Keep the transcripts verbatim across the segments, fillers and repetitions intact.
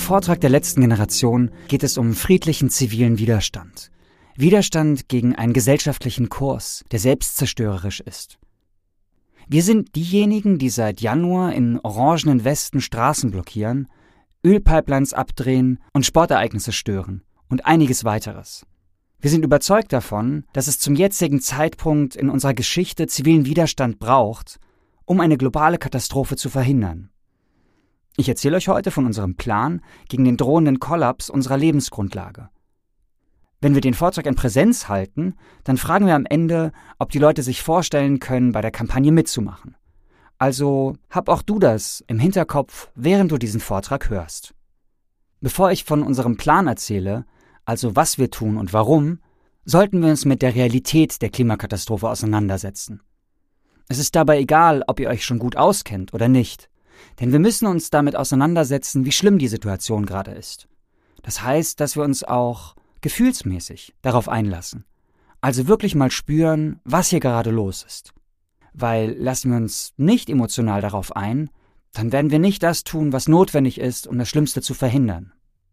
Vortrag der letzten Generation geht es um friedlichen zivilen Widerstand. Widerstand gegen einen gesellschaftlichen Kurs, der selbstzerstörerisch ist. Wir sind diejenigen, die seit Januar in orangenen Westen Straßen blockieren, Ölpipelines abdrehen und Sportereignisse stören und einiges weiteres. Wir sind überzeugt davon, dass es zum jetzigen Zeitpunkt in unserer Geschichte zivilen Widerstand braucht, um eine globale Katastrophe zu verhindern. Ich erzähle euch heute von unserem Plan gegen den drohenden Kollaps unserer Lebensgrundlage. Wenn wir den Vortrag in Präsenz halten, dann fragen wir am Ende, ob die Leute sich vorstellen können, bei der Kampagne mitzumachen. Also hab auch du das im Hinterkopf, während du diesen Vortrag hörst. Bevor ich von unserem Plan erzähle, also was wir tun und warum, sollten wir uns mit der Realität der Klimakatastrophe auseinandersetzen. Es ist dabei egal, ob ihr euch schon gut auskennt oder nicht. Denn wir müssen uns damit auseinandersetzen, wie schlimm die Situation gerade ist. Das heißt, dass wir uns auch gefühlsmäßig darauf einlassen. Also wirklich mal spüren, was hier gerade los ist. Weil lassen wir uns nicht emotional darauf ein, dann werden wir nicht das tun, was notwendig ist, um das Schlimmste zu verhindern.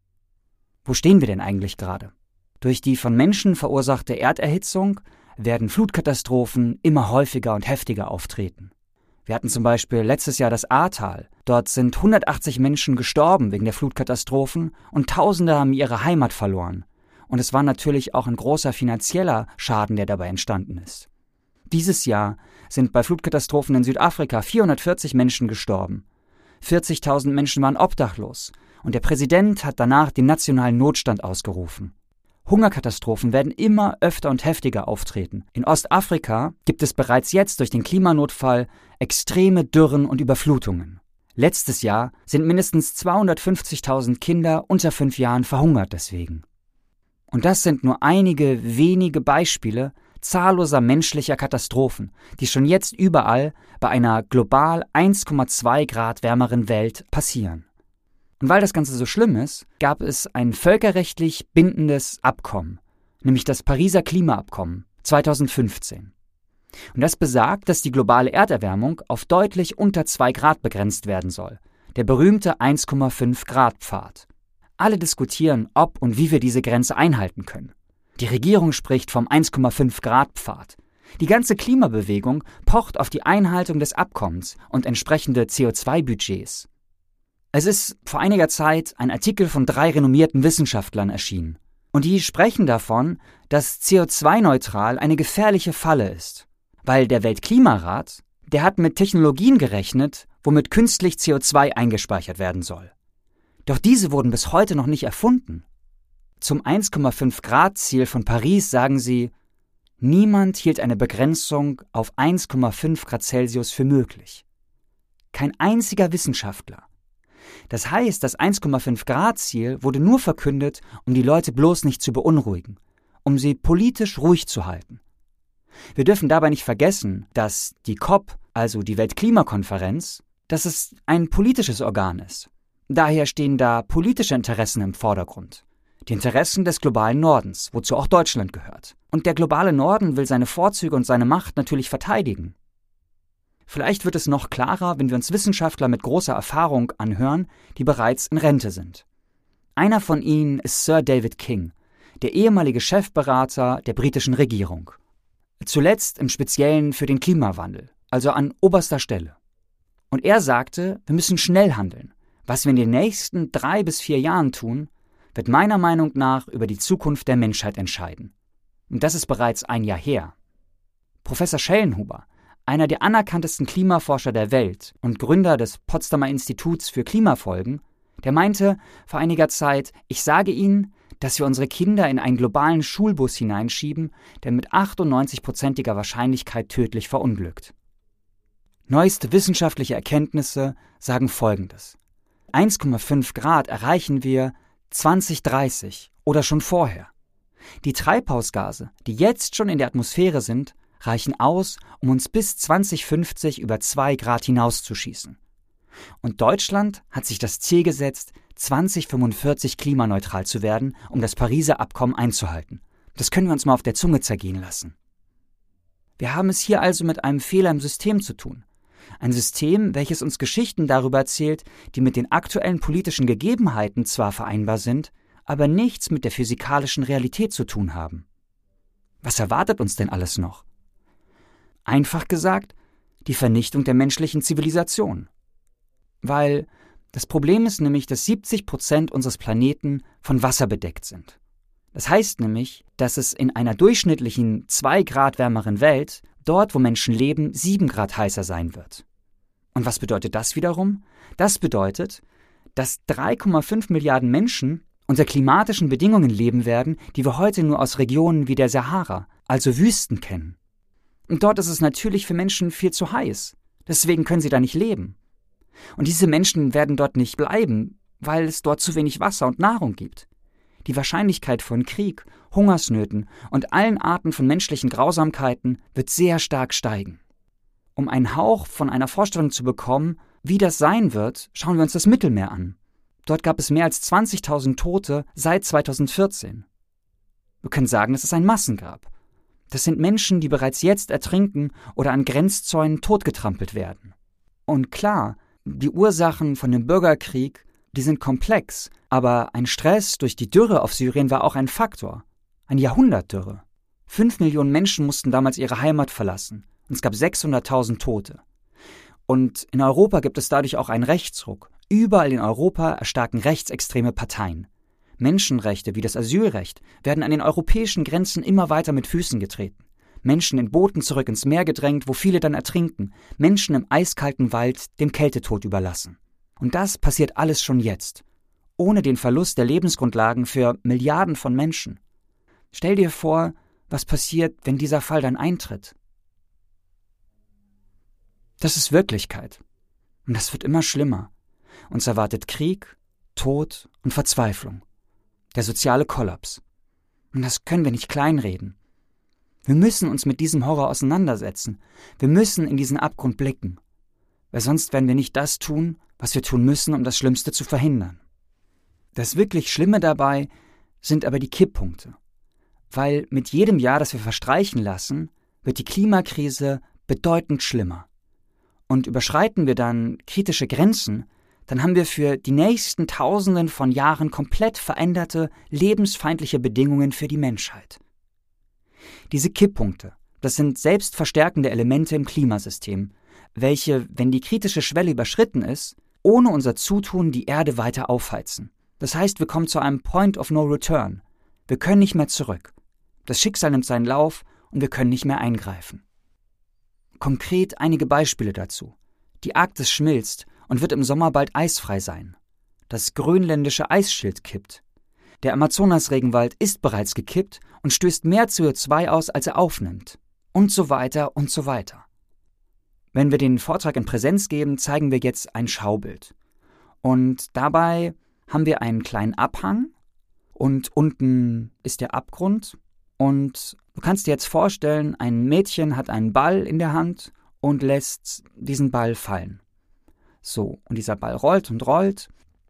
Wo stehen wir denn eigentlich gerade? Durch die von Menschen verursachte Erderhitzung werden Flutkatastrophen immer häufiger und heftiger auftreten. Wir hatten zum Beispiel letztes Jahr das Ahrtal. Dort sind hundertachtzig Menschen gestorben wegen der Flutkatastrophen und Tausende haben ihre Heimat verloren. Und es war natürlich auch ein großer finanzieller Schaden, der dabei entstanden ist. Dieses Jahr sind bei Flutkatastrophen in Südafrika vierhundertvierzig Menschen gestorben. vierzigtausend Menschen waren obdachlos und der Präsident hat danach den nationalen Notstand ausgerufen. Hungerkatastrophen werden immer öfter und heftiger auftreten. In Ostafrika gibt es bereits jetzt durch den Klimanotfall extreme Dürren und Überflutungen. Letztes Jahr sind mindestens zweihundertfünfzigtausend Kinder unter fünf Jahren verhungert deswegen. Und das sind nur einige wenige Beispiele zahlloser menschlicher Katastrophen, die schon jetzt überall bei einer global eins Komma zwei Grad wärmeren Welt passieren. Und weil das Ganze so schlimm ist, gab es ein völkerrechtlich bindendes Abkommen, nämlich das Pariser Klimaabkommen zweitausendfünfzehn. Und das besagt, dass die globale Erderwärmung auf deutlich unter zwei Grad begrenzt werden soll, der berühmte eins Komma fünf Grad Pfad. Alle diskutieren, ob und wie wir diese Grenze einhalten können. Die Regierung spricht vom eins Komma fünf Grad Pfad. Die ganze Klimabewegung pocht auf die Einhaltung des Abkommens und entsprechende C O zwei Budgets. Es ist vor einiger Zeit ein Artikel von drei renommierten Wissenschaftlern erschienen. Und die sprechen davon, dass C O zwei neutral eine gefährliche Falle ist. Weil der Weltklimarat, der hat mit Technologien gerechnet, womit künstlich C O zwei eingespeichert werden soll. Doch diese wurden bis heute noch nicht erfunden. Zum eins Komma fünf Grad Ziel von Paris sagen sie, niemand hielt eine Begrenzung auf eins Komma fünf Grad Celsius für möglich. Kein einziger Wissenschaftler. Das heißt, das eins Komma fünf Grad Ziel wurde nur verkündet, um die Leute bloß nicht zu beunruhigen, um sie politisch ruhig zu halten. Wir dürfen dabei nicht vergessen, dass die COP, also die Weltklimakonferenz, dass es ein politisches Organ ist. Daher stehen da politische Interessen im Vordergrund. Die Interessen des globalen Nordens, wozu auch Deutschland gehört. Und der globale Norden will seine Vorzüge und seine Macht natürlich verteidigen. Vielleicht wird es noch klarer, wenn wir uns Wissenschaftler mit großer Erfahrung anhören, die bereits in Rente sind. Einer von ihnen ist Sir David King, der ehemalige Chefberater der britischen Regierung. Zuletzt im Speziellen für den Klimawandel, also an oberster Stelle. Und er sagte, wir müssen schnell handeln. Was wir in den nächsten drei bis vier Jahren tun, wird meiner Meinung nach über die Zukunft der Menschheit entscheiden. Und das ist bereits ein Jahr her. Professor Schellnhuber, einer der anerkanntesten Klimaforscher der Welt und Gründer des Potsdamer Instituts für Klimafolgen, der meinte vor einiger Zeit, ich sage Ihnen, dass wir unsere Kinder in einen globalen Schulbus hineinschieben, der mit achtundneunzig-prozentiger Wahrscheinlichkeit tödlich verunglückt. Neueste wissenschaftliche Erkenntnisse sagen Folgendes. eins Komma fünf Grad erreichen wir zwanzig dreißig oder schon vorher. Die Treibhausgase, die jetzt schon in der Atmosphäre sind, reichen aus, um uns bis zwanzig fünfzig über zwei Grad hinauszuschießen. Und Deutschland hat sich das Ziel gesetzt, zwanzig fünfundvierzig klimaneutral zu werden, um das Pariser Abkommen einzuhalten. Das können wir uns mal auf der Zunge zergehen lassen. Wir haben es hier also mit einem Fehler im System zu tun. Ein System, welches uns Geschichten darüber erzählt, die mit den aktuellen politischen Gegebenheiten zwar vereinbar sind, aber nichts mit der physikalischen Realität zu tun haben. Was erwartet uns denn alles noch? Einfach gesagt, die Vernichtung der menschlichen Zivilisation. Weil das Problem ist nämlich, dass siebzig Prozent unseres Planeten von Wasser bedeckt sind. Das heißt nämlich, dass es in einer durchschnittlichen zwei Grad wärmeren Welt, dort wo Menschen leben, sieben Grad heißer sein wird. Und was bedeutet das wiederum? Das bedeutet, dass drei Komma fünf Milliarden Menschen unter klimatischen Bedingungen leben werden, die wir heute nur aus Regionen wie der Sahara, also Wüsten, kennen. Und dort ist es natürlich für Menschen viel zu heiß. Deswegen können sie da nicht leben. Und diese Menschen werden dort nicht bleiben, weil es dort zu wenig Wasser und Nahrung gibt. Die Wahrscheinlichkeit von Krieg, Hungersnöten und allen Arten von menschlichen Grausamkeiten wird sehr stark steigen. Um einen Hauch von einer Vorstellung zu bekommen, wie das sein wird, schauen wir uns das Mittelmeer an. Dort gab es mehr als zwanzigtausend Tote seit zweitausendvierzehn. Wir können sagen, es ist ein Massengrab. Das sind Menschen, die bereits jetzt ertrinken oder an Grenzzäunen totgetrampelt werden. Und klar, die Ursachen von dem Bürgerkrieg, die sind komplex, aber ein Stress durch die Dürre auf Syrien war auch ein Faktor. Eine Jahrhundertdürre. Fünf Millionen Menschen mussten damals ihre Heimat verlassen und es gab sechshunderttausend Tote. Und in Europa gibt es dadurch auch einen Rechtsruck. Überall in Europa erstarken rechtsextreme Parteien. Menschenrechte wie das Asylrecht werden an den europäischen Grenzen immer weiter mit Füßen getreten. Menschen in Booten zurück ins Meer gedrängt, wo viele dann ertrinken. Menschen im eiskalten Wald dem Kältetod überlassen. Und das passiert alles schon jetzt. Ohne den Verlust der Lebensgrundlagen für Milliarden von Menschen. Stell dir vor, was passiert, wenn dieser Fall dann eintritt. Das ist Wirklichkeit. Und das wird immer schlimmer. Uns erwartet Krieg, Tod und Verzweiflung. Der soziale Kollaps. Und das können wir nicht kleinreden. Wir müssen uns mit diesem Horror auseinandersetzen. Wir müssen in diesen Abgrund blicken. Weil sonst werden wir nicht das tun, was wir tun müssen, um das Schlimmste zu verhindern. Das wirklich Schlimme dabei sind aber die Kipppunkte. Weil mit jedem Jahr, das wir verstreichen lassen, wird die Klimakrise bedeutend schlimmer. Und überschreiten wir dann kritische Grenzen, dann haben wir für die nächsten Tausenden von Jahren komplett veränderte, lebensfeindliche Bedingungen für die Menschheit. Diese Kipppunkte, das sind selbstverstärkende Elemente im Klimasystem, welche, wenn die kritische Schwelle überschritten ist, ohne unser Zutun die Erde weiter aufheizen. Das heißt, wir kommen zu einem Point of No Return. Wir können nicht mehr zurück. Das Schicksal nimmt seinen Lauf und wir können nicht mehr eingreifen. Konkret einige Beispiele dazu. Die Arktis schmilzt und wird im Sommer bald eisfrei sein. Das grönländische Eisschild kippt. Der Amazonas-Regenwald ist bereits gekippt und stößt mehr C O zwei aus, als er aufnimmt. Und so weiter und so weiter. Wenn wir den Vortrag in Präsenz geben, zeigen wir jetzt ein Schaubild. Und dabei haben wir einen kleinen Abhang und unten ist der Abgrund. Und du kannst dir jetzt vorstellen, ein Mädchen hat einen Ball in der Hand und lässt diesen Ball fallen. So, und dieser Ball rollt und rollt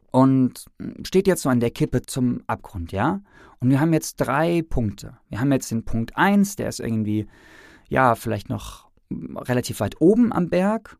und steht jetzt so an der Kippe zum Abgrund, ja? Und wir haben jetzt drei Punkte. Wir haben jetzt den Punkt eins, der ist irgendwie, ja, vielleicht noch relativ weit oben am Berg.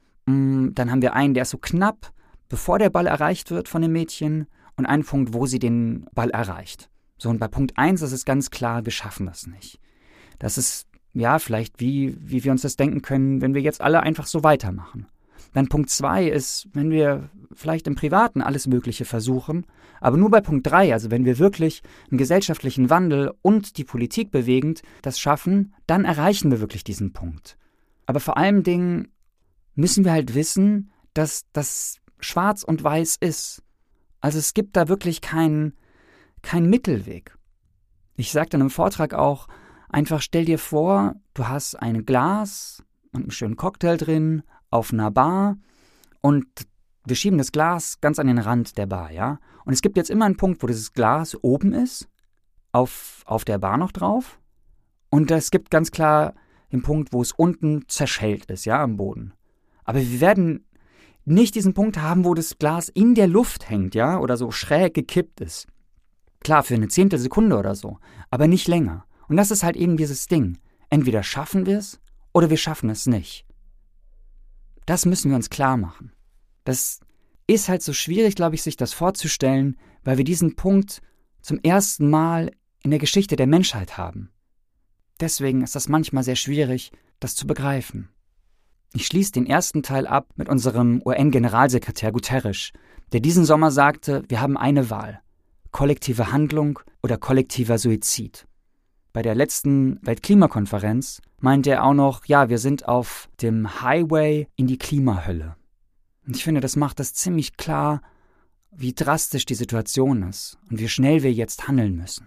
Dann haben wir einen, der ist so knapp, bevor der Ball erreicht wird von dem Mädchen, und einen Punkt, wo sie den Ball erreicht. So, und bei Punkt eins ist es ganz klar, wir schaffen das nicht. Das ist, ja, vielleicht wie, wie wir uns das denken können, wenn wir jetzt alle einfach so weitermachen. Dann Punkt zwei ist, wenn wir vielleicht im Privaten alles Mögliche versuchen, aber nur bei Punkt drei, also wenn wir wirklich einen gesellschaftlichen Wandel und die Politik bewegend das schaffen, dann erreichen wir wirklich diesen Punkt. Aber vor allen Dingen müssen wir halt wissen, dass das schwarz und weiß ist. Also es gibt da wirklich keinen kein Mittelweg. Ich sage dann im Vortrag auch, einfach stell dir vor, du hast ein Glas und einen schönen Cocktail drin auf einer Bar und wir schieben das Glas ganz an den Rand der Bar, ja? Und es gibt jetzt immer einen Punkt, wo dieses Glas oben ist, auf, auf der Bar noch drauf, und es gibt ganz klar den Punkt, wo es unten zerschellt ist, ja, am Boden. Aber wir werden nicht diesen Punkt haben, wo das Glas in der Luft hängt, ja, oder so schräg gekippt ist. Klar, für eine Zehntelsekunde oder so, aber nicht länger. Und das ist halt eben dieses Ding. Entweder schaffen wir es oder wir schaffen es nicht. Das müssen wir uns klar machen. Das ist halt so schwierig, glaube ich, sich das vorzustellen, weil wir diesen Punkt zum ersten Mal in der Geschichte der Menschheit haben. Deswegen ist das manchmal sehr schwierig, das zu begreifen. Ich schließe den ersten Teil ab mit unserem U N-Generalsekretär Guterres, der diesen Sommer sagte, wir haben eine Wahl: kollektive Handlung oder kollektiver Suizid. Bei der letzten Weltklimakonferenz meinte er auch noch, ja, wir sind auf dem Highway in die Klimahölle. Und ich finde, das macht das ziemlich klar, wie drastisch die Situation ist und wie schnell wir jetzt handeln müssen.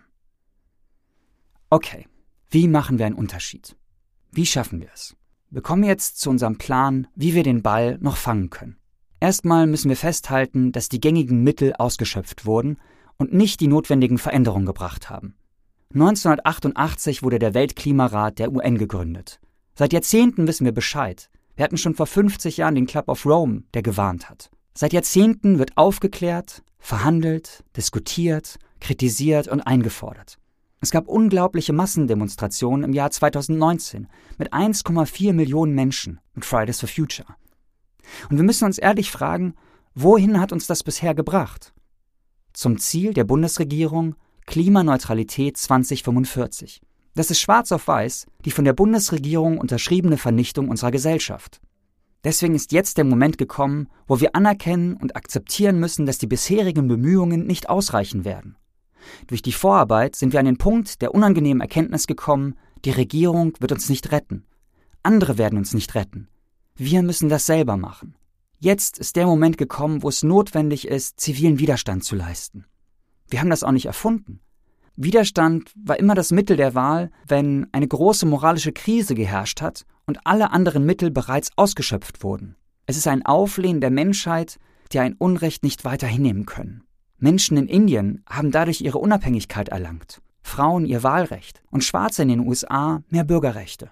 Okay, wie machen wir einen Unterschied? Wie schaffen wir es? Wir kommen jetzt zu unserem Plan, wie wir den Ball noch fangen können. Erstmal müssen wir festhalten, dass die gängigen Mittel ausgeschöpft wurden und nicht die notwendigen Veränderungen gebracht haben. neunzehnhundertachtundachtzig wurde der Weltklimarat der U N gegründet. Seit Jahrzehnten wissen wir Bescheid. Wir hatten schon vor fünfzig Jahren den Club of Rome, der gewarnt hat. Seit Jahrzehnten wird aufgeklärt, verhandelt, diskutiert, kritisiert und eingefordert. Es gab unglaubliche Massendemonstrationen im Jahr zweitausendneunzehn mit eins Komma vier Millionen Menschen mit Fridays for Future. Und wir müssen uns ehrlich fragen, wohin hat uns das bisher gebracht? Zum Ziel der Bundesregierung Klimaneutralität zweitausendfünfundvierzig. Das ist schwarz auf weiß die von der Bundesregierung unterschriebene Vernichtung unserer Gesellschaft. Deswegen ist jetzt der Moment gekommen, wo wir anerkennen und akzeptieren müssen, dass die bisherigen Bemühungen nicht ausreichen werden. Durch die Vorarbeit sind wir an den Punkt der unangenehmen Erkenntnis gekommen, die Regierung wird uns nicht retten. Andere werden uns nicht retten. Wir müssen das selber machen. Jetzt ist der Moment gekommen, wo es notwendig ist, zivilen Widerstand zu leisten. Wir haben das auch nicht erfunden. Widerstand war immer das Mittel der Wahl, wenn eine große moralische Krise geherrscht hat und alle anderen Mittel bereits ausgeschöpft wurden. Es ist ein Auflehnen der Menschheit, die ein Unrecht nicht weiter hinnehmen können. Menschen in Indien haben dadurch ihre Unabhängigkeit erlangt, Frauen ihr Wahlrecht und Schwarze in den U S A mehr Bürgerrechte.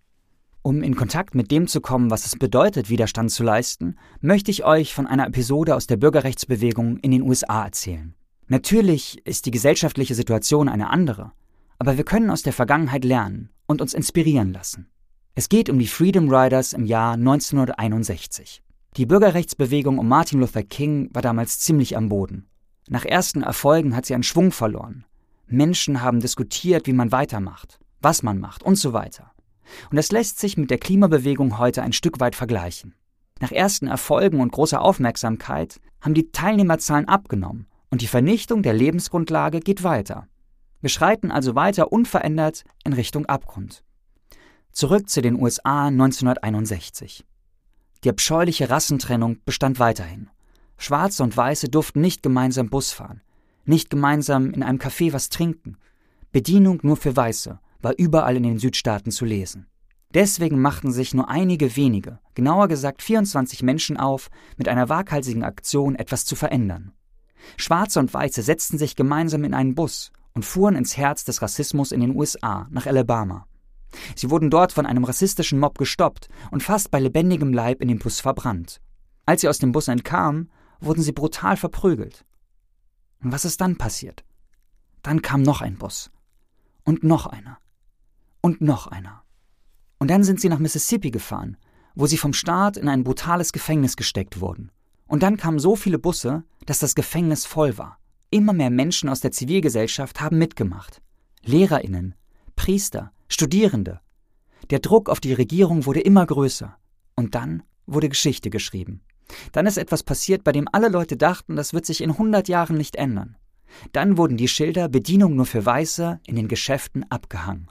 Um in Kontakt mit dem zu kommen, was es bedeutet, Widerstand zu leisten, möchte ich euch von einer Episode aus der Bürgerrechtsbewegung in den U S A erzählen. Natürlich ist die gesellschaftliche Situation eine andere, aber wir können aus der Vergangenheit lernen und uns inspirieren lassen. Es geht um die Freedom Riders im Jahr neunzehnhunderteinundsechzig. Die Bürgerrechtsbewegung um Martin Luther King war damals ziemlich am Boden. Nach ersten Erfolgen hat sie an Schwung verloren. Menschen haben diskutiert, wie man weitermacht, was man macht und so weiter. Und das lässt sich mit der Klimabewegung heute ein Stück weit vergleichen. Nach ersten Erfolgen und großer Aufmerksamkeit haben die Teilnehmerzahlen abgenommen und die Vernichtung der Lebensgrundlage geht weiter. Wir schreiten also weiter unverändert in Richtung Abgrund. Zurück zu den U S A neunzehnhunderteinundsechzig. Die abscheuliche Rassentrennung bestand weiterhin. Schwarze und Weiße durften nicht gemeinsam Bus fahren, nicht gemeinsam in einem Café was trinken. Bedienung nur für Weiße war überall in den Südstaaten zu lesen. Deswegen machten sich nur einige wenige, genauer gesagt vierundzwanzig Menschen auf, mit einer waghalsigen Aktion etwas zu verändern. Schwarze und Weiße setzten sich gemeinsam in einen Bus und fuhren ins Herz des Rassismus in den U S A, nach Alabama. Sie wurden dort von einem rassistischen Mob gestoppt und fast bei lebendigem Leib in den Bus verbrannt. Als sie aus dem Bus entkamen, wurden sie brutal verprügelt. Und was ist dann passiert? Dann kam noch ein Bus. Und noch einer. Und noch einer. Und dann sind sie nach Mississippi gefahren, wo sie vom Staat in ein brutales Gefängnis gesteckt wurden. Und dann kamen so viele Busse, dass das Gefängnis voll war. Immer mehr Menschen aus der Zivilgesellschaft haben mitgemacht. LehrerInnen, Priester, Studierende. Der Druck auf die Regierung wurde immer größer. Und dann wurde Geschichte geschrieben. Dann ist etwas passiert, bei dem alle Leute dachten, das wird sich in hundert Jahren nicht ändern. Dann wurden die Schilder Bedienung nur für Weiße in den Geschäften abgehangen.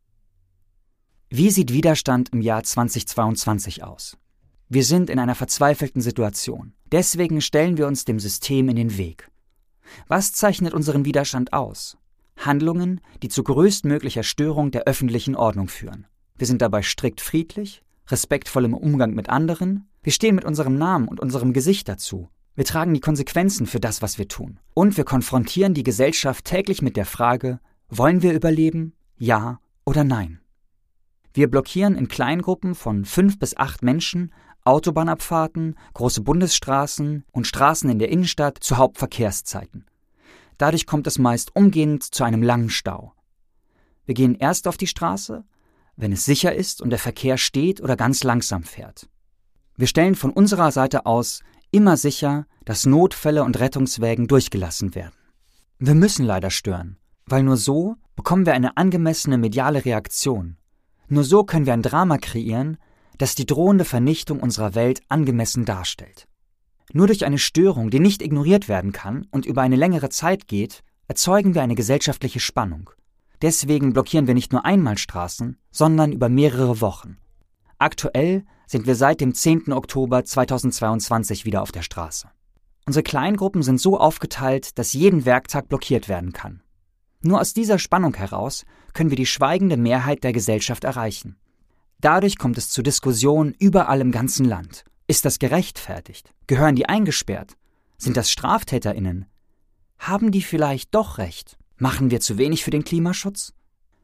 Wie sieht Widerstand im Jahr zweitausendzweiundzwanzig aus? Wir sind in einer verzweifelten Situation. Deswegen stellen wir uns dem System in den Weg. Was zeichnet unseren Widerstand aus? Handlungen, die zu größtmöglicher Störung der öffentlichen Ordnung führen. Wir sind dabei strikt friedlich, respektvoll im Umgang mit anderen. Wir stehen mit unserem Namen und unserem Gesicht dazu. Wir tragen die Konsequenzen für das, was wir tun. Und wir konfrontieren die Gesellschaft täglich mit der Frage, wollen wir überleben? Ja oder nein? Wir blockieren in Kleingruppen von fünf bis acht Menschen Autobahnabfahrten, große Bundesstraßen und Straßen in der Innenstadt zu Hauptverkehrszeiten. Dadurch kommt es meist umgehend zu einem langen Stau. Wir gehen erst auf die Straße, wenn es sicher ist und der Verkehr steht oder ganz langsam fährt. Wir stellen von unserer Seite aus immer sicher, dass Notfälle und Rettungswägen durchgelassen werden. Wir müssen leider stören, weil nur so bekommen wir eine angemessene mediale Reaktion. Nur so können wir ein Drama kreieren, das die drohende Vernichtung unserer Welt angemessen darstellt. Nur durch eine Störung, die nicht ignoriert werden kann und über eine längere Zeit geht, erzeugen wir eine gesellschaftliche Spannung. Deswegen blockieren wir nicht nur einmal Straßen, sondern über mehrere Wochen. Aktuell sind wir seit dem zehnten Oktober zweitausendzweiundzwanzig wieder auf der Straße. Unsere Kleingruppen sind so aufgeteilt, dass jeden Werktag blockiert werden kann. Nur aus dieser Spannung heraus können wir die schweigende Mehrheit der Gesellschaft erreichen. Dadurch kommt es zu Diskussionen überall im ganzen Land. Ist das gerechtfertigt? Gehören die eingesperrt? Sind das StraftäterInnen? Haben die vielleicht doch recht? Machen wir zu wenig für den Klimaschutz?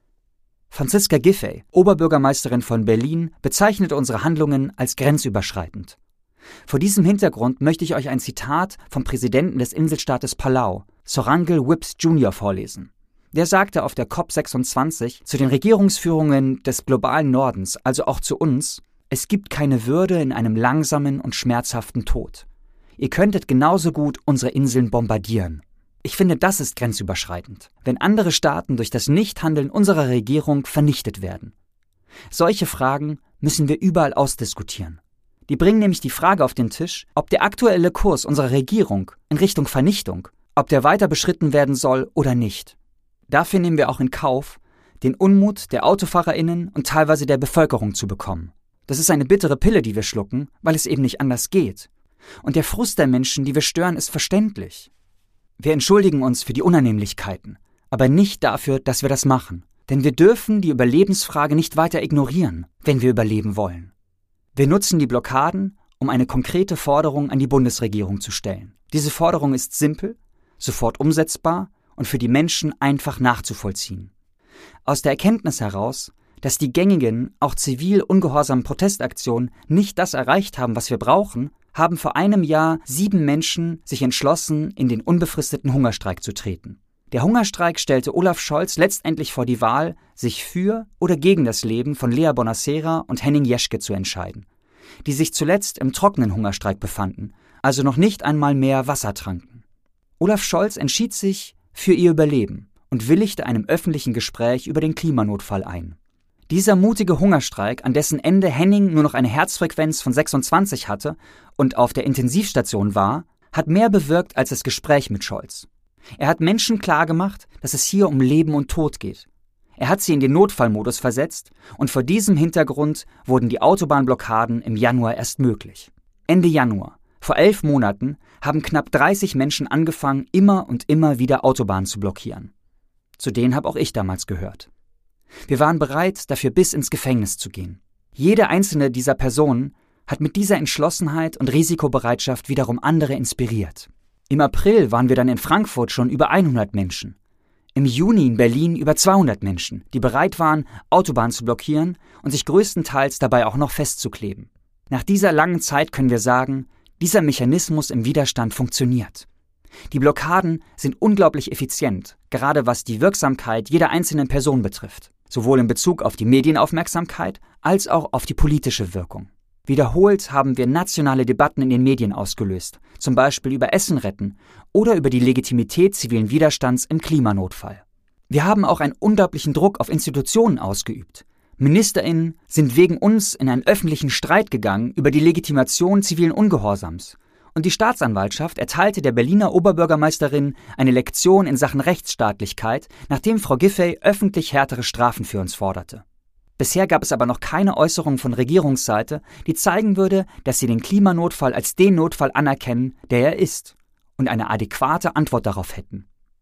Franziska Giffey, Oberbürgermeisterin von Berlin, bezeichnet unsere Handlungen als grenzüberschreitend. Vor diesem Hintergrund möchte ich euch ein Zitat vom Präsidenten des Inselstaates Palau, Sorangel Whips Junior vorlesen. Der sagte auf der COP sechsundzwanzig zu den Regierungsführungen des globalen Nordens, also auch zu uns: Es gibt keine Würde in einem langsamen und schmerzhaften Tod. Ihr könntet genauso gut unsere Inseln bombardieren. Ich finde, das ist grenzüberschreitend, wenn andere Staaten durch das Nichthandeln unserer Regierung vernichtet werden. Solche Fragen müssen wir überall ausdiskutieren. Die bringen nämlich die Frage auf den Tisch, ob der aktuelle Kurs unserer Regierung in Richtung Vernichtung, ob der weiter beschritten werden soll oder nicht. Dafür nehmen wir auch in Kauf, den Unmut der AutofahrerInnen und teilweise der Bevölkerung zu bekommen. Das ist eine bittere Pille, die wir schlucken, weil es eben nicht anders geht. Und der Frust der Menschen, die wir stören, ist verständlich. Wir entschuldigen uns für die Unannehmlichkeiten, aber nicht dafür, dass wir das machen. Denn wir dürfen die Überlebensfrage nicht weiter ignorieren, wenn wir überleben wollen. Wir nutzen die Blockaden, um eine konkrete Forderung an die Bundesregierung zu stellen. Diese Forderung ist simpel, sofort umsetzbar und für die Menschen einfach nachzuvollziehen. Aus der Erkenntnis heraus, dass die gängigen, auch zivil ungehorsamen Protestaktionen nicht das erreicht haben, was wir brauchen, haben vor einem Jahr sieben Menschen sich entschlossen, in den unbefristeten Hungerstreik zu treten. Der Hungerstreik stellte Olaf Scholz letztendlich vor die Wahl, sich für oder gegen das Leben von Lea Bonasera und Henning Jeschke zu entscheiden, die sich zuletzt im trockenen Hungerstreik befanden, also noch nicht einmal mehr Wasser tranken. Olaf Scholz entschied sich für ihr Überleben und willigte einem öffentlichen Gespräch über den Klimanotfall ein. Dieser mutige Hungerstreik, an dessen Ende Henning nur noch eine Herzfrequenz von sechsundzwanzig hatte und auf der Intensivstation war, hat mehr bewirkt als das Gespräch mit Scholz. Er hat Menschen klargemacht, dass es hier um Leben und Tod geht. Er hat sie in den Notfallmodus versetzt und vor diesem Hintergrund wurden die Autobahnblockaden im Januar erst möglich. Ende Januar, vor elf Monaten, haben knapp dreißig Menschen angefangen, immer und immer wieder Autobahnen zu blockieren. Zu denen habe auch ich damals gehört. Wir waren bereit, dafür bis ins Gefängnis zu gehen. Jede einzelne dieser Personen hat mit dieser Entschlossenheit und Risikobereitschaft wiederum andere inspiriert. Im April waren wir dann in Frankfurt schon über hundert Menschen. Im Juni in Berlin über zweihundert Menschen, die bereit waren, Autobahnen zu blockieren und sich größtenteils dabei auch noch festzukleben. Nach dieser langen Zeit können wir sagen, dieser Mechanismus im Widerstand funktioniert. Die Blockaden sind unglaublich effizient, gerade was die Wirksamkeit jeder einzelnen Person betrifft, sowohl in Bezug auf die Medienaufmerksamkeit als auch auf die politische Wirkung. Wiederholt haben wir nationale Debatten in den Medien ausgelöst, zum Beispiel über Essen retten oder über die Legitimität zivilen Widerstands im Klimanotfall. Wir haben auch einen unglaublichen Druck auf Institutionen ausgeübt. MinisterInnen sind wegen uns in einen öffentlichen Streit gegangen über die Legitimation zivilen Ungehorsams. Und die Staatsanwaltschaft erteilte der Berliner Oberbürgermeisterin eine Lektion in Sachen Rechtsstaatlichkeit, nachdem Frau Giffey öffentlich härtere Strafen für uns forderte. Bisher gab es aber noch keine Äußerung von Regierungsseite, die zeigen würde, dass sie den Klimanotfall als den Notfall anerkennen, der er ist, und eine adäquate Antwort darauf hätten.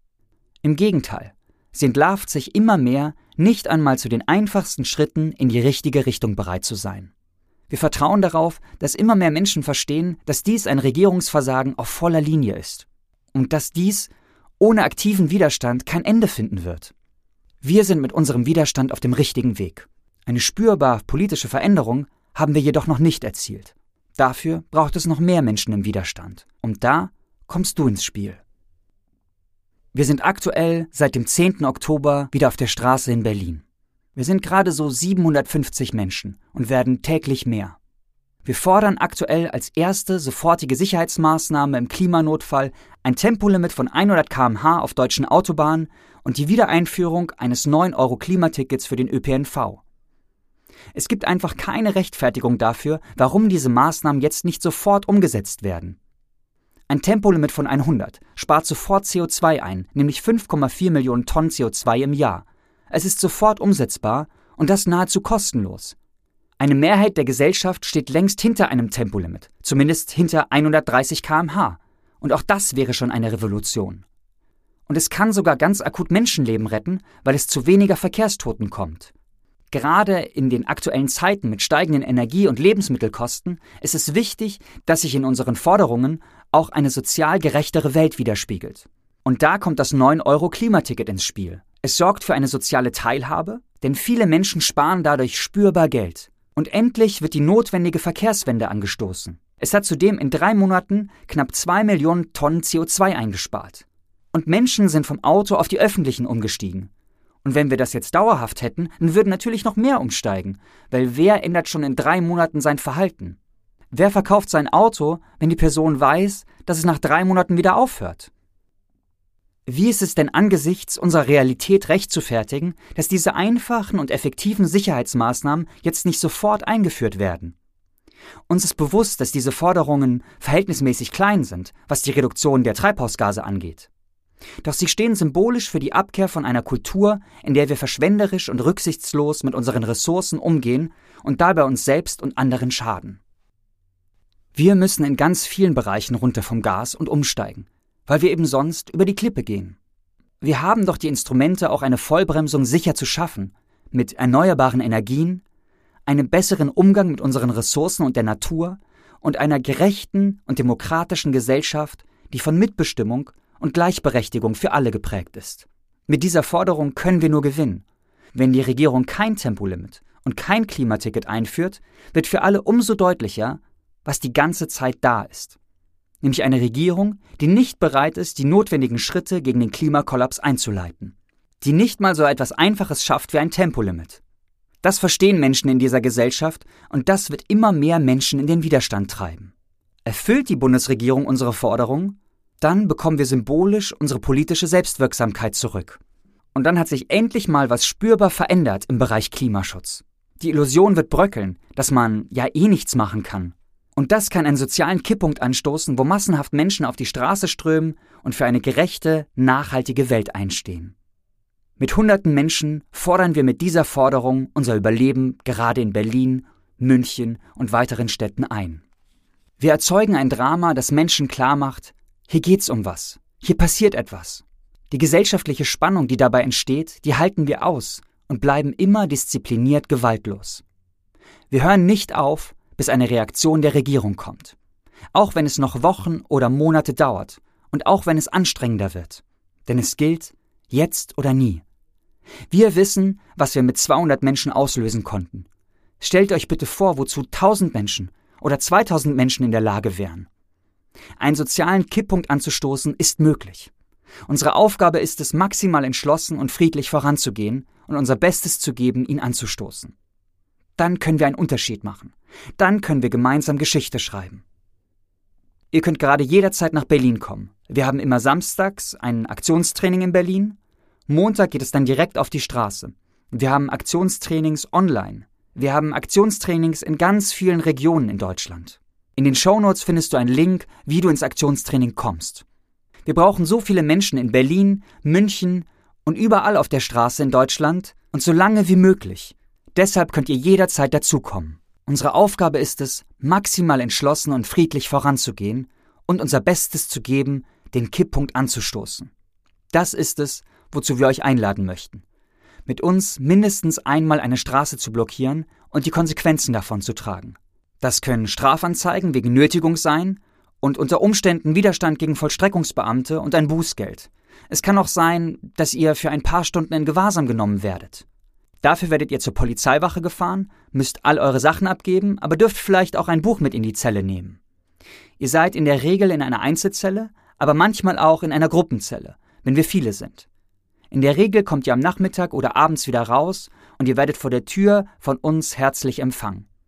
Im Gegenteil, sie entlarvt sich immer mehr, nicht einmal zu den einfachsten Schritten in die richtige Richtung bereit zu sein. Wir vertrauen darauf, dass immer mehr Menschen verstehen, dass dies ein Regierungsversagen auf voller Linie ist und dass dies ohne aktiven Widerstand kein Ende finden wird. Wir sind mit unserem Widerstand auf dem richtigen Weg. Eine spürbare politische Veränderung haben wir jedoch noch nicht erzielt. Dafür braucht es noch mehr Menschen im Widerstand. Und da kommst du ins Spiel. Wir sind aktuell seit dem zehnten Oktober wieder auf der Straße in Berlin. Wir sind gerade so siebenhundertfünfzig Menschen und werden täglich mehr. Wir fordern aktuell als erste sofortige Sicherheitsmaßnahme im Klimanotfall ein Tempolimit von hundert Kilometer pro Stunde auf deutschen Autobahnen und die Wiedereinführung eines neun Euro Klimatickets für den Ö P N V. Es gibt einfach keine Rechtfertigung dafür, warum diese Maßnahmen jetzt nicht sofort umgesetzt werden. Ein Tempolimit von hundert spart sofort C O zwei ein, nämlich fünf Komma vier Millionen Tonnen C O zwei im Jahr. Es ist sofort umsetzbar und das nahezu kostenlos. Eine Mehrheit der Gesellschaft steht längst hinter einem Tempolimit, zumindest hinter hundertdreißig Kilometer pro Stunde. Und auch das wäre schon eine Revolution. Und es kann sogar ganz akut Menschenleben retten, weil es zu weniger Verkehrstoten kommt. Gerade in den aktuellen Zeiten mit steigenden Energie- und Lebensmittelkosten ist es wichtig, dass sich in unseren Forderungen auch eine sozial gerechtere Welt widerspiegelt. Und da kommt das neun Euro Klimaticket ins Spiel. Es sorgt für eine soziale Teilhabe, denn viele Menschen sparen dadurch spürbar Geld. Und endlich wird die notwendige Verkehrswende angestoßen. Es hat zudem in drei Monaten knapp zwei Millionen Tonnen C O zwei eingespart. Und Menschen sind vom Auto auf die öffentlichen umgestiegen. Und wenn wir das jetzt dauerhaft hätten, dann würden natürlich noch mehr umsteigen, weil wer ändert schon in drei Monaten sein Verhalten? Wer verkauft sein Auto, wenn die Person weiß, dass es nach drei Monaten wieder aufhört? Wie ist es denn angesichts unserer Realität rechtfertigen, dass diese einfachen und effektiven Sicherheitsmaßnahmen jetzt nicht sofort eingeführt werden? Uns ist bewusst, dass diese Forderungen verhältnismäßig klein sind, was die Reduktion der Treibhausgase angeht. Doch sie stehen symbolisch für die Abkehr von einer Kultur, in der wir verschwenderisch und rücksichtslos mit unseren Ressourcen umgehen und dabei uns selbst und anderen schaden. Wir müssen in ganz vielen Bereichen runter vom Gas und umsteigen, weil wir eben sonst über die Klippe gehen. Wir haben doch die Instrumente, auch eine Vollbremsung sicher zu schaffen, mit erneuerbaren Energien, einem besseren Umgang mit unseren Ressourcen und der Natur und einer gerechten und demokratischen Gesellschaft, die von Mitbestimmung und Gleichberechtigung für alle geprägt ist. Mit dieser Forderung können wir nur gewinnen. Wenn die Regierung kein Tempolimit und kein Klimaticket einführt, wird für alle umso deutlicher, was die ganze Zeit da ist. Nämlich eine Regierung, die nicht bereit ist, die notwendigen Schritte gegen den Klimakollaps einzuleiten. Die nicht mal so etwas Einfaches schafft wie ein Tempolimit. Das verstehen Menschen in dieser Gesellschaft und das wird immer mehr Menschen in den Widerstand treiben. Erfüllt die Bundesregierung unsere Forderungen, dann bekommen wir symbolisch unsere politische Selbstwirksamkeit zurück. Und dann hat sich endlich mal was spürbar verändert im Bereich Klimaschutz. Die Illusion wird bröckeln, dass man ja eh nichts machen kann. Und das kann einen sozialen Kipppunkt anstoßen, wo massenhaft Menschen auf die Straße strömen und für eine gerechte, nachhaltige Welt einstehen. Mit hunderten Menschen fordern wir mit dieser Forderung unser Überleben gerade in Berlin, München und weiteren Städten ein. Wir erzeugen ein Drama, das Menschen klarmacht, hier geht's um was, hier passiert etwas. Die gesellschaftliche Spannung, die dabei entsteht, die halten wir aus und bleiben immer diszipliniert gewaltlos. Wir hören nicht auf, bis eine Reaktion der Regierung kommt. Auch wenn es noch Wochen oder Monate dauert und auch wenn es anstrengender wird. Denn es gilt, jetzt oder nie. Wir wissen, was wir mit zweihundert Menschen auslösen konnten. Stellt euch bitte vor, wozu tausend Menschen oder zweitausend Menschen in der Lage wären. Einen sozialen Kipppunkt anzustoßen ist möglich. Unsere Aufgabe ist es, maximal entschlossen und friedlich voranzugehen und unser Bestes zu geben, ihn anzustoßen. Dann können wir einen Unterschied machen. Dann können wir gemeinsam Geschichte schreiben. Ihr könnt gerade jederzeit nach Berlin kommen. Wir haben immer samstags ein Aktionstraining in Berlin. Montag geht es dann direkt auf die Straße. Wir haben Aktionstrainings online. Wir haben Aktionstrainings in ganz vielen Regionen in Deutschland. In den Shownotes findest du einen Link, wie du ins Aktionstraining kommst. Wir brauchen so viele Menschen in Berlin, München und überall auf der Straße in Deutschland und so lange wie möglich. Deshalb könnt ihr jederzeit dazukommen. Unsere Aufgabe ist es, maximal entschlossen und friedlich voranzugehen und unser Bestes zu geben, den Kipppunkt anzustoßen. Das ist es, wozu wir euch einladen möchten. Mit uns mindestens einmal eine Straße zu blockieren und die Konsequenzen davon zu tragen. Das können Strafanzeigen wegen Nötigung sein und unter Umständen Widerstand gegen Vollstreckungsbeamte und ein Bußgeld. Es kann auch sein, dass ihr für ein paar Stunden in Gewahrsam genommen werdet. Dafür werdet ihr zur Polizeiwache gefahren, müsst all eure Sachen abgeben, aber dürft vielleicht auch ein Buch mit in die Zelle nehmen. Ihr seid in der Regel in einer Einzelzelle, aber manchmal auch in einer Gruppenzelle, wenn wir viele sind. In der Regel kommt ihr am Nachmittag oder abends wieder raus und ihr werdet vor der Tür von uns herzlich empfangen.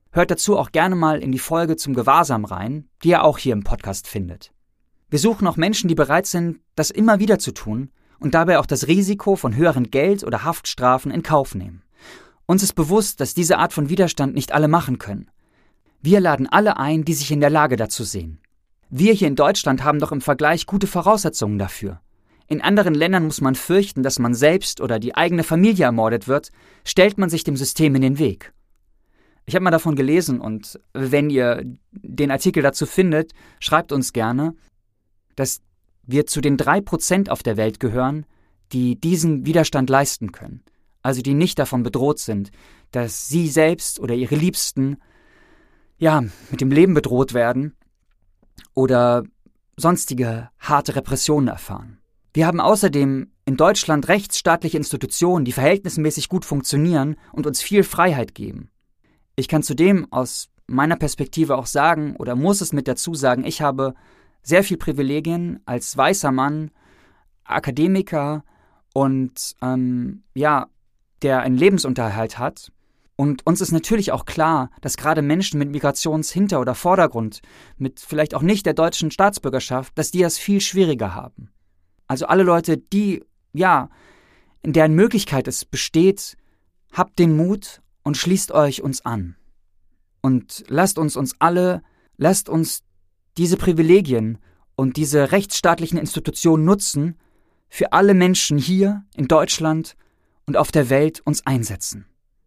Hört dazu auch gerne mal in die Folge zum Gewahrsam rein, die ihr auch hier im Podcast findet. Wir suchen auch Menschen, die bereit sind, das immer wieder zu tun und dabei auch das Risiko von höheren Geld- oder Haftstrafen in Kauf nehmen. Uns ist bewusst, dass diese Art von Widerstand nicht alle machen können. Wir laden alle ein, die sich in der Lage dazu sehen. Wir hier in Deutschland haben doch im Vergleich gute Voraussetzungen dafür. In anderen Ländern muss man fürchten, dass man selbst oder die eigene Familie ermordet wird, stellt man sich dem System in den Weg. Ich habe mal davon gelesen und wenn ihr den Artikel dazu findet, schreibt uns gerne, dass wir zu den drei Prozent auf der Welt gehören, die diesen Widerstand leisten können. Also die nicht davon bedroht sind, dass sie selbst oder ihre Liebsten ja mit dem Leben bedroht werden oder sonstige harte Repressionen erfahren. Wir haben außerdem in Deutschland rechtsstaatliche Institutionen, die verhältnismäßig gut funktionieren und uns viel Freiheit geben. Ich kann zudem aus meiner Perspektive auch sagen oder muss es mit dazu sagen, ich habe sehr viel Privilegien als weißer Mann, Akademiker und ähm, ja, der einen Lebensunterhalt hat. Und uns ist natürlich auch klar, dass gerade Menschen mit Migrationshinter- oder Vordergrund, mit vielleicht auch nicht der deutschen Staatsbürgerschaft, dass die das viel schwieriger haben. Also alle Leute, die, ja, in deren Möglichkeit es besteht, habt den Mut und schließt euch uns an. Und lasst uns uns alle, lasst uns diese Privilegien und diese rechtsstaatlichen Institutionen nutzen, für alle Menschen hier in Deutschland und auf der Welt uns einsetzen.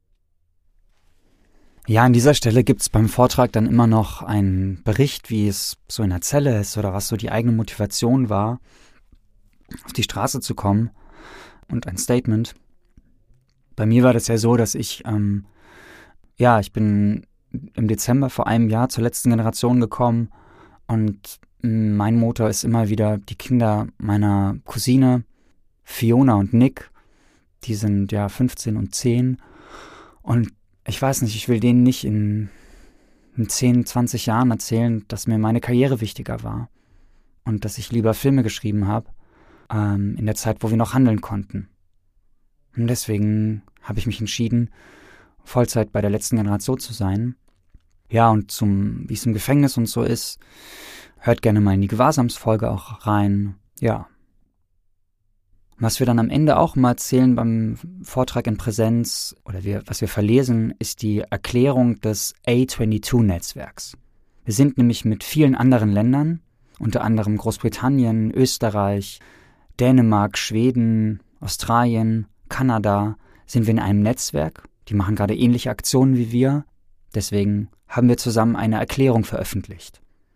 Ja, an dieser Stelle gibt's beim Vortrag dann immer noch einen Bericht, wie es so in der Zelle ist oder was so die eigene Motivation war, auf die Straße zu kommen und ein Statement. Bei mir war das ja so, dass ich, ähm, ja, ich bin im Dezember vor einem Jahr zur letzten Generation gekommen und mein Motto ist immer wieder die Kinder meiner Cousine, Fiona und Nick, die sind ja fünfzehn und zehn und ich weiß nicht, ich will denen nicht in, in zehn, zwanzig Jahren erzählen, dass mir meine Karriere wichtiger war und dass ich lieber Filme geschrieben habe, ähm, in der Zeit, wo wir noch handeln konnten. Und deswegen habe ich mich entschieden, Vollzeit bei der letzten Generation zu sein. Ja, und zum, wie es im Gefängnis und so ist, hört gerne mal in die Gewahrsamsfolge auch rein. Ja. Was wir dann am Ende auch mal erzählen beim Vortrag in Präsenz oder wir, was wir verlesen, ist die Erklärung des A zweiundzwanzig-Netzwerks. Wir sind nämlich mit vielen anderen Ländern, unter anderem Großbritannien, Österreich, Dänemark, Schweden, Australien, Kanada, sind wir in einem Netzwerk. Die machen gerade ähnliche Aktionen wie wir. Deswegen haben wir zusammen eine Erklärung veröffentlicht.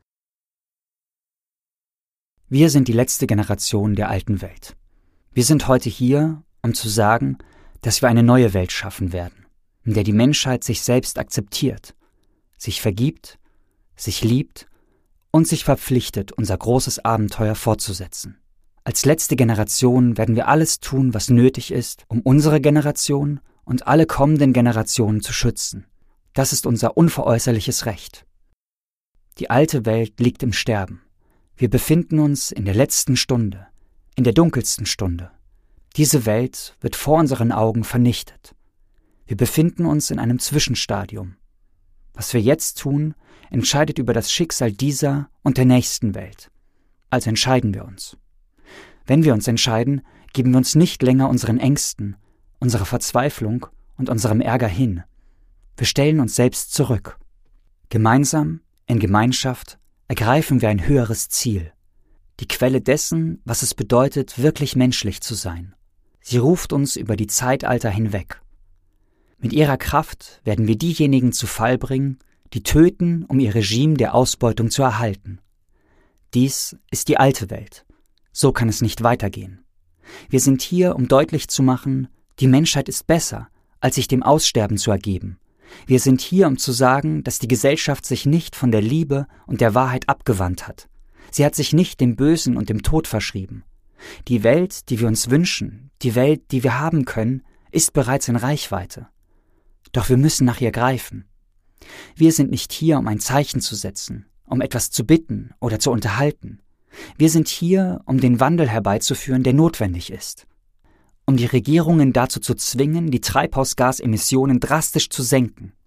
Wir sind die letzte Generation der alten Welt. Wir sind heute hier, um zu sagen, dass wir eine neue Welt schaffen werden, in der die Menschheit sich selbst akzeptiert, sich vergibt, sich liebt und sich verpflichtet, unser großes Abenteuer fortzusetzen. Als letzte Generation werden wir alles tun, was nötig ist, um unsere Generation und alle kommenden Generationen zu schützen. Das ist unser unveräußerliches Recht. Die alte Welt liegt im Sterben. Wir befinden uns in der letzten Stunde, in der dunkelsten Stunde. Diese Welt wird vor unseren Augen vernichtet. Wir befinden uns in einem Zwischenstadium. Was wir jetzt tun, entscheidet über das Schicksal dieser und der nächsten Welt. Also entscheiden wir uns. Wenn wir uns entscheiden, geben wir uns nicht länger unseren Ängsten, unserer Verzweiflung und unserem Ärger hin. Wir stellen uns selbst zurück. Gemeinsam, in Gemeinschaft, ergreifen wir ein höheres Ziel. Die Quelle dessen, was es bedeutet, wirklich menschlich zu sein. Sie ruft uns über die Zeitalter hinweg. Mit ihrer Kraft werden wir diejenigen zu Fall bringen, die töten, um ihr Regime der Ausbeutung zu erhalten. Dies ist die alte Welt. So kann es nicht weitergehen. Wir sind hier, um deutlich zu machen, die Menschheit ist besser, als sich dem Aussterben zu ergeben. Wir sind hier, um zu sagen, dass die Gesellschaft sich nicht von der Liebe und der Wahrheit abgewandt hat. Sie hat sich nicht dem Bösen und dem Tod verschrieben. Die Welt, die wir uns wünschen, die Welt, die wir haben können, ist bereits in Reichweite. Doch wir müssen nach ihr greifen. Wir sind nicht hier, um ein Zeichen zu setzen, um etwas zu bitten oder zu unterhalten. Wir sind hier, um den Wandel herbeizuführen, der notwendig ist. Um die Regierungen dazu zu zwingen, die Treibhausgasemissionen drastisch zu senken.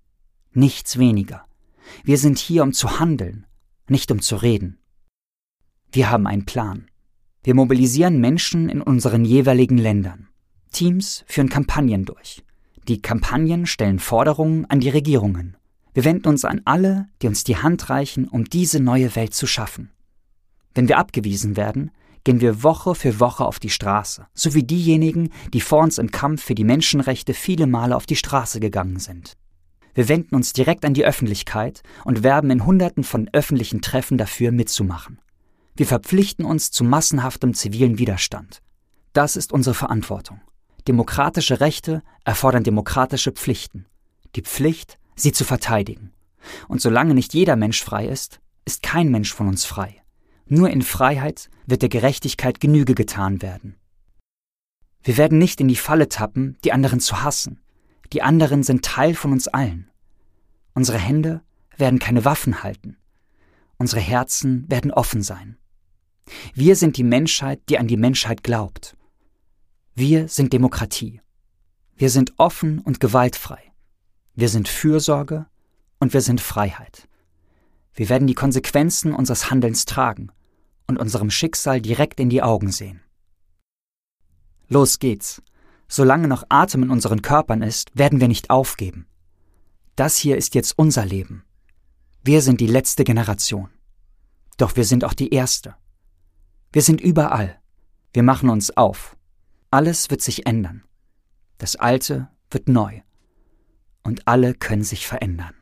nichts weniger. Wir sind hier, um zu handeln, nicht um zu reden. Wir haben einen Plan. Wir mobilisieren Menschen in unseren jeweiligen Ländern. Teams führen Kampagnen durch. Die Kampagnen stellen Forderungen an die Regierungen. Wir wenden uns an alle, die uns die Hand reichen, um diese neue Welt zu schaffen. Wenn wir abgewiesen werden, gehen wir Woche für Woche auf die Straße, so wie diejenigen, die vor uns im Kampf für die Menschenrechte viele Male auf die Straße gegangen sind. Wir wenden uns direkt an die Öffentlichkeit und werben in Hunderten von öffentlichen Treffen dafür, mitzumachen. Wir verpflichten uns zu massenhaftem zivilen Widerstand. Das ist unsere Verantwortung. Demokratische Rechte erfordern demokratische Pflichten. Die Pflicht, sie zu verteidigen. Und solange nicht jeder Mensch frei ist, ist kein Mensch von uns frei. Nur in Freiheit wird der Gerechtigkeit Genüge getan werden. Wir werden nicht in die Falle tappen, die anderen zu hassen. Die anderen sind Teil von uns allen. Unsere Hände werden keine Waffen halten. Unsere Herzen werden offen sein. Wir sind die Menschheit, die an die Menschheit glaubt. Wir sind Demokratie. Wir sind offen und gewaltfrei. Wir sind Fürsorge und wir sind Freiheit. Wir werden die Konsequenzen unseres Handelns tragen und unserem Schicksal direkt in die Augen sehen. Los geht's. Solange noch Atem in unseren Körpern ist, werden wir nicht aufgeben. Das hier ist jetzt unser Leben. Wir sind die letzte Generation. Doch wir sind auch die erste. Wir sind überall. Wir machen uns auf. Alles wird sich ändern. Das Alte wird neu. Und alle können sich verändern.